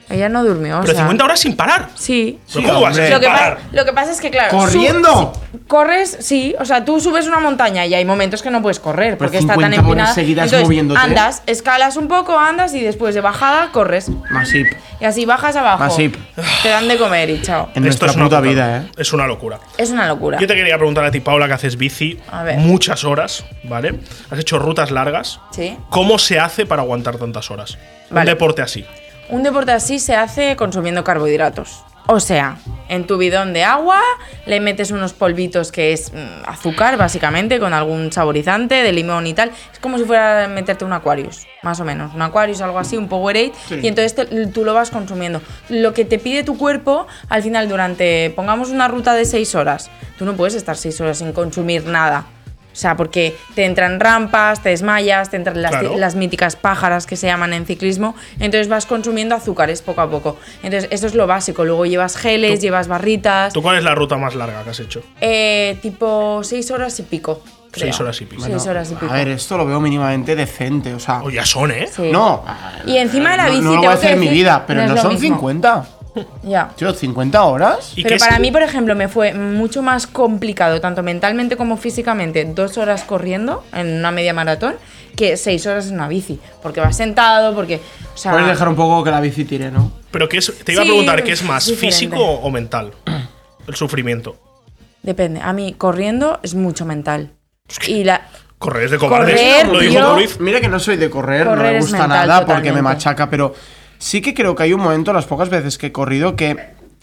Ella no durmió. Pero o sea, cincuenta horas sin parar. Sí. ¿Pero Sí, ¿Cómo vas a hombre. sin Lo que, parar? pa- lo que pasa es que, claro. ¿Corriendo? su- sí, corres, sí. O sea, tú subes una montaña y hay momentos que no puedes correr porque está tan cincuenta horas empinada. seguidas Entonces, moviéndote. andas, escalas un poco, andas y después de bajada corres. Masip. Y así bajas abajo. Masip. Te dan de comer y chao. En Esto nuestra es una puta puta- vida, ¿eh? Es una locura. Es una locura. Yo te quería preguntar a ti, Paula, que haces bici A ver. muchas horas, ¿vale? Has hecho rutas largas. Sí. ¿Cómo se hace para aguantar tantas horas? Un Vale. deporte así. Un deporte así se hace consumiendo carbohidratos. O sea, en tu bidón de agua le metes unos polvitos que es mm, azúcar, básicamente, con algún saborizante de limón y tal. Es como si fuera a meterte un Aquarius, más o menos. Un Aquarius, algo así, un Powerade. Sí. Y entonces te- tú lo vas consumiendo. Lo que te pide tu cuerpo, al final, durante, pongamos una ruta de seis horas, tú no puedes estar seis horas sin consumir nada. O sea, porque te entran rampas, te desmayas, te entran las, Claro. las míticas pájaras que se llaman en ciclismo, entonces vas consumiendo azúcares poco a poco. Entonces, eso es lo básico. Luego llevas geles, ¿Tú- llevas barritas. ¿Tú cuál es la ruta más larga que has hecho? Eh, tipo seis horas y pico. Creo. Seis horas y pico. Seis horas y pico. A ver, esto lo veo mínimamente decente, o sea. O ya son, ¿eh? Sí. No. Y encima de la no- bici, No, lo voy tengo a hacer que en mi decir, vida, pero no no, es lo son mismo. cincuenta. Ya. Tío, ¿cincuenta horas? ¿Y Pero qué para es- mí, por ejemplo, me fue mucho más complicado, tanto mentalmente como físicamente, dos horas corriendo en una media maratón, que seis horas en una bici. Porque vas sentado, porque. O sea, Puedes dejar un poco que la bici tire, ¿no? Pero qué es, te iba Sí, a preguntar, ¿qué es más, es diferente. físico o mental? El sufrimiento. depende. A mí, corriendo es mucho mental. Y la. Correr es de cobardes. Correr, Lo dijo yo- Cruyff. Mira que no soy de correr, no Correr me es gusta mental, nada porque me totalmente. machaca, pero sí que creo que hay un momento, las pocas veces que he corrido, que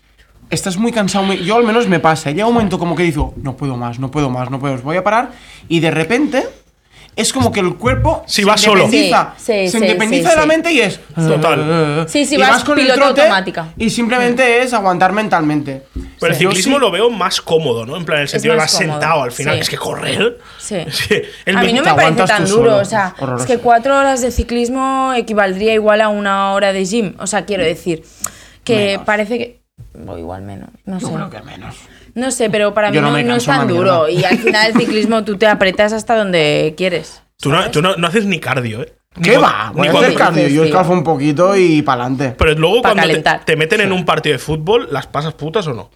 estás muy cansado. muy- Yo al menos me pasa. Llega un momento como que digo, no puedo más, no puedo más, no puedo, voy a parar. Y de repente es como que el cuerpo Sí, se va solo. independiza, Sí, sí, se sí, independiza sí, de la sí. mente y es. Total. Sí, sí, y vas con el piloto trote automática. y simplemente es aguantar mentalmente. Pero el Yo ciclismo sí- lo veo más cómodo, ¿no? En plan, en el sentido de más vas cómodo, sentado al final. sí. Es que correr. Sí. Es que el A mí no te me parece aguantas tan tú duro, solo, o sea, es horroroso. es que cuatro horas de ciclismo equivaldría igual a una hora de gym. O sea, quiero decir que Menos. parece que. O igual menos, no sé. Yo creo que menos. No sé, pero para mí Yo no no, me no es canso tan una duro. mierda. Y al final el ciclismo tú te apretas hasta donde quieres. Tú, no, ¿sabes? tú no, no haces ni cardio, ¿eh? Ni ¿Qué cuan- va? ni Voy a cuando- hacer cardio. Yo Tío. escalfo un poquito y pa'lante. Pero luego Pa' cuando te, calentar. te meten en un partido de fútbol, ¿las pasas putas o no?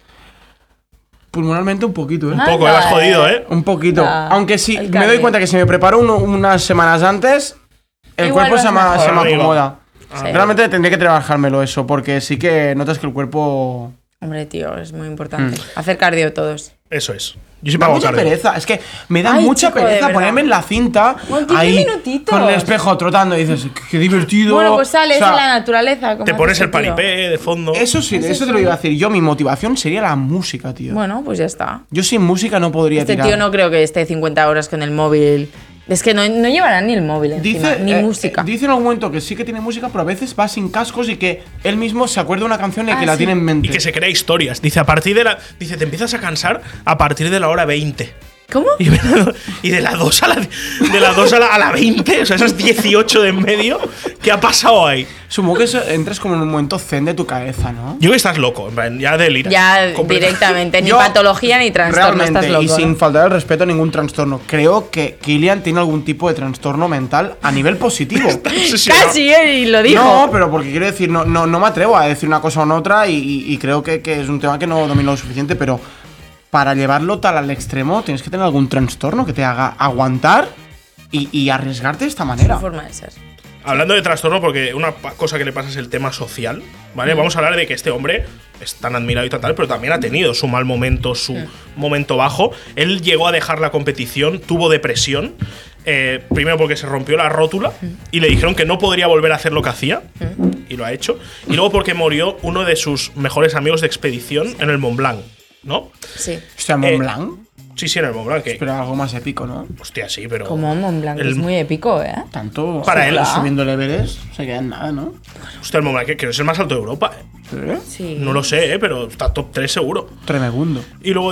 Pulmonalmente un poquito, ¿eh? Un poco, Anda, has jodido, ¿eh? Un poquito. Ah, Aunque sí, el me doy cardio. cuenta que si me preparo uno- unas semanas antes, el Igual cuerpo vas se, ma- mejor. se me Amigo. acomoda. Sí. Realmente tendría que trabajármelo eso, porque sí que notas que el cuerpo. Hombre, tío, es muy importante. Hacer cardio todos. Eso es. Yo sí Me da pago mucha cardio. pereza, es que me da Ay, mucha chico, de pereza verdad. ponerme en la cinta Bueno, quince ahí minutitos. con el espejo trotando y dices, qué, qué divertido. Bueno, pues sales O sea, a la naturaleza. como Te pones hace el este tío. paripé de fondo. Eso sí, eso te lo iba a decir. Yo, mi motivación sería la música, tío. Bueno, pues ya está. Yo sin música no podría Este tirar. tío no creo que esté cincuenta horas con el móvil. Es que no, no llevará ni el móvil encima, Dice, ni eh, música. Dice en algún momento que sí que tiene música, pero a veces va sin cascos y que él mismo se acuerda de una canción y Ah, que la sí. tiene en mente. Y que se crea historias. Dice, a partir de la. Dice, te empiezas a cansar a partir de la hora veinte. ¿Cómo? Y, y de la dos a la, de la, dos a la, a la veinte, o sea, esas dieciocho de en medio, ¿qué ha pasado ahí? Supongo que eso, entras como en un momento zen de tu cabeza, ¿no? Yo que estás loco, en plan, ya deliras. Ya Completa- directamente, ni Yo, patología ni trastorno, Realmente, estás loco. y sin ¿no? faltar el respeto a ningún trastorno. Creo que Kylian tiene algún tipo de trastorno mental a nivel positivo. Obsesionado. Casi, ¿eh? Y lo dijo. No, pero porque quiero decir, no, no, no me atrevo a decir una cosa o otra y, y- y creo que, que es un tema que no domino lo suficiente, pero para llevarlo tal al extremo tienes que tener algún trastorno que te haga aguantar y, y arriesgarte de esta manera. Su forma de ser. Hablando de trastorno, porque una pa- cosa que le pasa es el tema social, ¿vale? Vamos a hablar de que este hombre es tan admirado y tan tal, pero también ha tenido su mal momento, su momento bajo. Él llegó a dejar la competición, tuvo depresión, eh, primero porque se rompió la rótula y le dijeron que no podría volver a hacer lo que hacía, y lo ha hecho. Y luego porque murió uno de sus mejores amigos de expedición en el Mont Blanc, ¿no? Sí. Hostia, Mont Eh, Blanc. Sí, sí, en el Mont Blanc. que- Pero algo más épico, ¿no? hostia, sí, pero… Como Mont Blanc, el- es muy épico, ¿eh? Tanto Para él. subiendo el Everest se queda en nada, ¿no? Hostia, el Mont Blanc, que creo que es el más alto de Europa. ¿eh? ¿Sí? Sí. No lo sé, ¿eh? Pero está top tres seguro. Tremebundo. Y luego,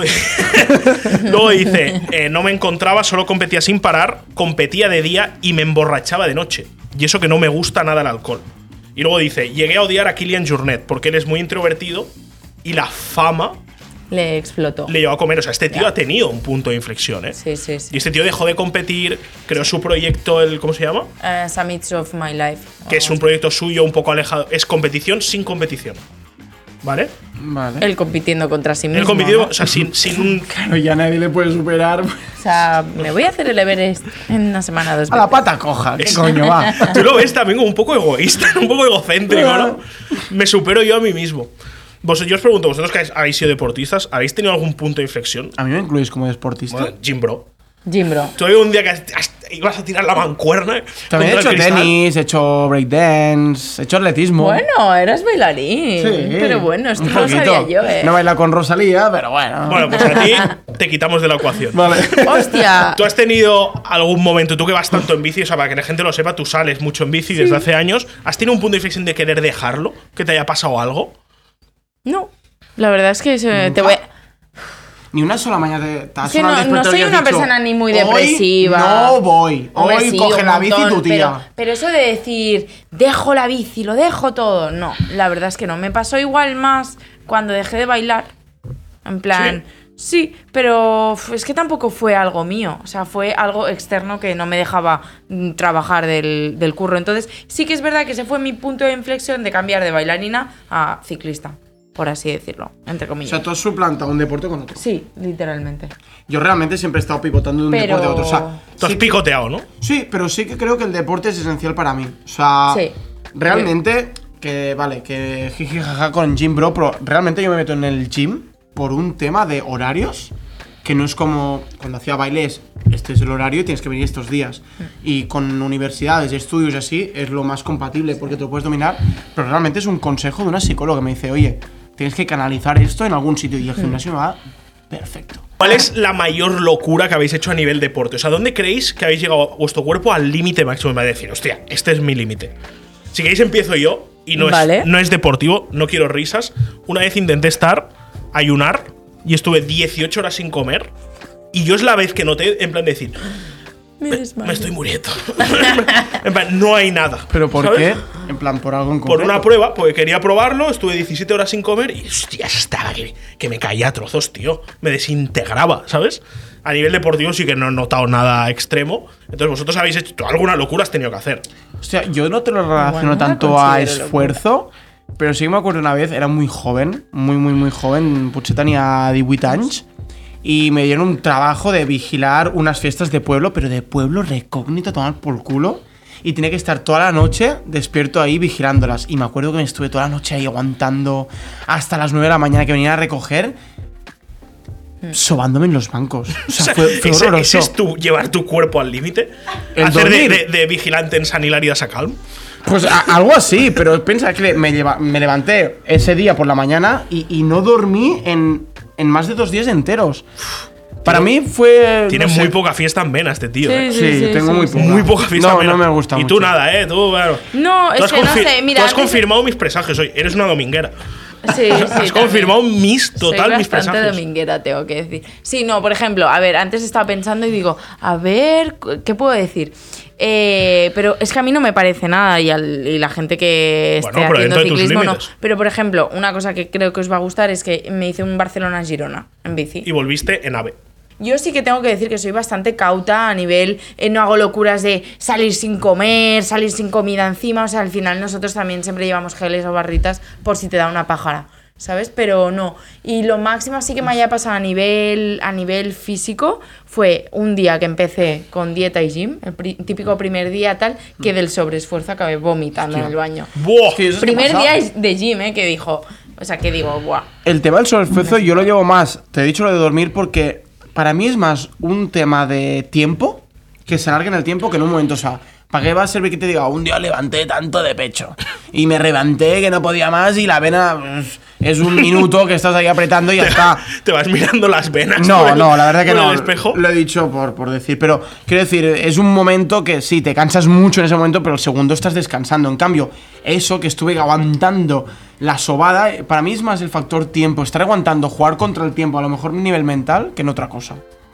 luego dice, eh, no me encontraba, solo competía sin parar, competía de día y me emborrachaba de noche. Y eso que no me gusta nada el alcohol. Y luego dice, llegué a odiar a Kylian Jornet porque él es muy introvertido y la fama le explotó. Le llevó a comer. O sea, este tío Ya. ha tenido un punto de inflexión, ¿eh? Sí, sí, sí. Y este tío dejó de competir, creó su proyecto, el ¿cómo se llama? Uh, Summits of My Life. Que es un proyecto suyo un poco alejado. Es competición sin competición. ¿Vale? Vale. Él compitiendo contra sí mismo. Él compitió, ¿no? o sea, sin, sin un. Claro, ya nadie le puede superar. O sea, me voy a hacer el Everest en una semana, dos A la veces. pata coja. ¿Qué coño va? Tú lo ves también como un poco egoísta, un poco egocéntrico, ¿no? Me supero yo a mí mismo. Vos, yo os pregunto, vosotros que habéis sido deportistas, ¿habéis tenido algún punto de inflexión? ¿A mí me incluís como deportista? Bueno, Jim Bro. Jim Bro. Tú había un día que has- has- ibas a tirar la mancuerna. También he contra hecho el cristal. tenis, he hecho breakdance, he hecho atletismo. Bueno, eras bailarín. Sí, Pero bueno, esto un no lo poquito. sabía yo, eh. No baila con Rosalía, pero bueno. Bueno, pues a ti te quitamos de la ecuación. Vale. Hostia. ¿Tú has tenido algún momento, tú que vas tanto en bici, o sea, para que la gente lo sepa, tú sales mucho en bici desde hace años, ¿has tenido un punto de inflexión de querer dejarlo? ¿Que te haya pasado algo? No. La verdad es que se- te voy a... Ni una sola mañana te, te has Es que sonado no- al despertar no soy y has una dicho, persona ni muy "Hoy depresiva". No voy. Hombre, Hoy sí, coge un la bici montón, tu tía. Pero, pero eso de decir, dejo la bici, lo dejo todo. No, la verdad es que no. Me pasó igual más cuando dejé de bailar. En plan, sí, pero uf, es que tampoco fue algo mío. O sea, fue algo externo que no me dejaba mm, trabajar del, del curro. Entonces, sí que es verdad que ese fue mi punto de inflexión de cambiar de bailarina a ciclista, por así decirlo, entre O comillas. sea, tú has suplantado un deporte con otro. Sí, literalmente. Yo realmente siempre he estado pivotando de un Pero- deporte a otro. O sea, Tú has sí, picoteado, ¿no? sí, pero sí que creo que el deporte es esencial para mí. O sea, Sí. realmente, que vale, que jiji jaja con Gym Bro, pero realmente yo me meto en el gym por un tema de horarios, que no es como cuando hacía bailes, este es el horario y tienes que venir estos días. Y con universidades, estudios y así, es lo más compatible porque te lo puedes dominar, pero realmente es un consejo de una psicóloga que me dice, oye, tienes que canalizar esto en algún sitio y el gimnasio me va perfecto. ¿Cuál es la mayor locura que habéis hecho a nivel deporte? O sea, ¿dónde creéis que habéis llegado vuestro cuerpo al límite máximo? Y me va a decir, hostia, este es mi límite. Si queréis empiezo yo, y no, Vale. es, no es deportivo, no quiero risas. Una vez intenté estar, ayunar, y estuve dieciocho horas sin comer. Y yo es la vez que noté, en plan de decir, Me desmayo. me estoy muriendo. En plan, no hay nada. ¿Pero por ¿sabes? qué? En plan, por algo en Por concreto. una prueba, porque quería probarlo, estuve diecisiete horas sin comer y hostia, estaba que, que me caía a trozos, tío. Me desintegraba, ¿sabes? A nivel deportivo sí que no he notado nada extremo. Entonces vosotros habéis hecho alguna locura has tenido que hacer. O sea, yo no te lo relaciono Igual no la tanto a considero esfuerzo, pero sí que me acuerdo una vez, era muy joven, muy, muy, muy joven, potser tenía divuit anys, y me dieron un trabajo de vigilar unas fiestas de pueblo, pero de pueblo recógnito, tomar por culo, y tenía que estar toda la noche despierto ahí vigilándolas. Y me acuerdo que me estuve toda la noche ahí aguantando hasta las nueve de la mañana que venían a recoger, sobándome en los bancos. O sea, fue, fue ese, horroroso. ese es tu, llevar tu cuerpo al límite. El Hacer de, dormir. de- de vigilante en San Hilario a Sacalm. Pues a- algo así, pero piensa que me, lleva- me levanté ese día por la mañana y, y no dormí en, en más de dos días enteros. Para mí fue. Tiene no sé. muy poca fiesta en vena este tío. Sí, ¿eh? Sí, Sí, sí, tengo sí, muy sí. poca. Muy poca fiesta No, en vena. no me gusta Y mucho. tú nada, ¿eh? Tú, bueno. No, Tú es has, que no confi- sé, mira, tú has antes- confirmado mis presagios hoy. Eres una dominguera. Sí, sí. Has también. confirmado mis, total, Soy mis bastante presagios. dominguera, tengo que decir. Sí, no, por ejemplo, a ver, antes estaba pensando y digo, a ver, ¿qué puedo decir? Eh, pero es que a mí no me parece nada y, al- y la gente que Bueno, esté pero haciendo dentro de tus ciclismo no. límites. Pero, por ejemplo, una cosa que creo que os va a gustar es que me hice un Barcelona-Girona en bici. Y volviste en AVE. Yo sí que tengo que decir que soy bastante cauta a nivel, eh, no hago locuras de salir sin comer, salir sin comida encima, o sea, al final nosotros también siempre llevamos geles o barritas por si te da una pájara, ¿sabes? Pero no. Y lo máximo así que me haya pasado a nivel, a nivel físico fue un día que empecé con dieta y gym, el pri- típico primer día tal, que del sobreesfuerzo acabé vomitando en el baño. ¡Buah! Sí, eso sí Primer pasa. día de gym, ¿eh? Que dijo, o sea, que digo, buah. El tema del sobreesfuerzo yo lo llevo más. Te he dicho lo de dormir porque para mí es más un tema de tiempo que se alargue en el tiempo que en un momento. O sea, ¿para qué va a servir que te diga un día levanté tanto de pecho? Y me levanté que no podía más y la vena pues, es un minuto que estás ahí apretando y ya está. Te vas mirando las venas. por No, el- no, la verdad que por no. el espejo. Lo he dicho por, por decir, pero quiero decir, es un momento que sí, te cansas mucho en ese momento, pero el segundo estás descansando. En cambio, eso que estuve aguantando la sobada, eh, para mí es más el factor tiempo. Estar aguantando, jugar contra el tiempo, a lo mejor a nivel mental, que en otra cosa.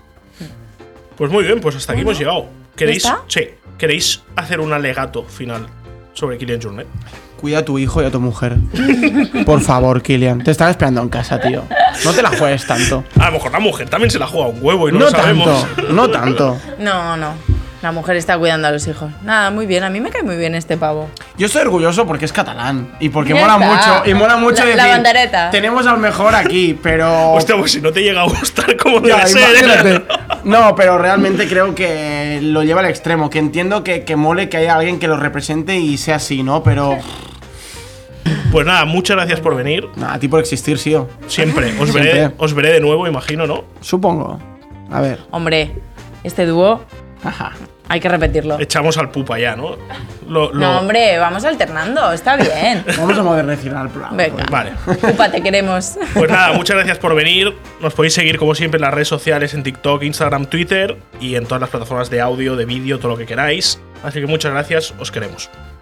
Pues muy bien, pues hasta aquí hemos llegado. ¿Queréis, está? sí, ¿queréis hacer un alegato final sobre Kylian Jornet? Cuida a tu hijo y a tu mujer. Por favor, Kylian. Te están esperando en casa, tío. No te la juegues tanto. A lo mejor la mujer también se la juega un huevo y no, No lo sabemos. tanto, no tanto. No, no. La mujer está cuidando a los hijos. Nada, muy bien. A mí me cae muy bien este pavo. Yo estoy orgulloso porque es catalán y porque Ya mola está. mucho. Y mola mucho La- decir, la bandereta. tenemos al mejor aquí, pero... Hostia, pues si no te llega a gustar, ¿cómo Ya, debe ser? imagínate. No, pero realmente creo que lo lleva al extremo. Que entiendo que, que mole que haya alguien que lo represente y sea así, ¿no? Pero... Pues nada, muchas gracias por venir. Nada, a ti por existir, sí. o. Siempre. Os veré, Siempre. os veré de nuevo, imagino, ¿no? Supongo. A ver. Hombre, este dúo Ajá. hay que repetirlo. Echamos al pupa ya, ¿no? Lo- lo- No, hombre, vamos alternando. Está bien. Vamos a modernizar el programa. Venga. Vale. Pupa, te queremos. Pues nada, muchas gracias por venir. Nos podéis seguir como siempre en las redes sociales, en TikTok, Instagram, Twitter y en todas las plataformas de audio, de vídeo, todo lo que queráis. Así que muchas gracias, os queremos.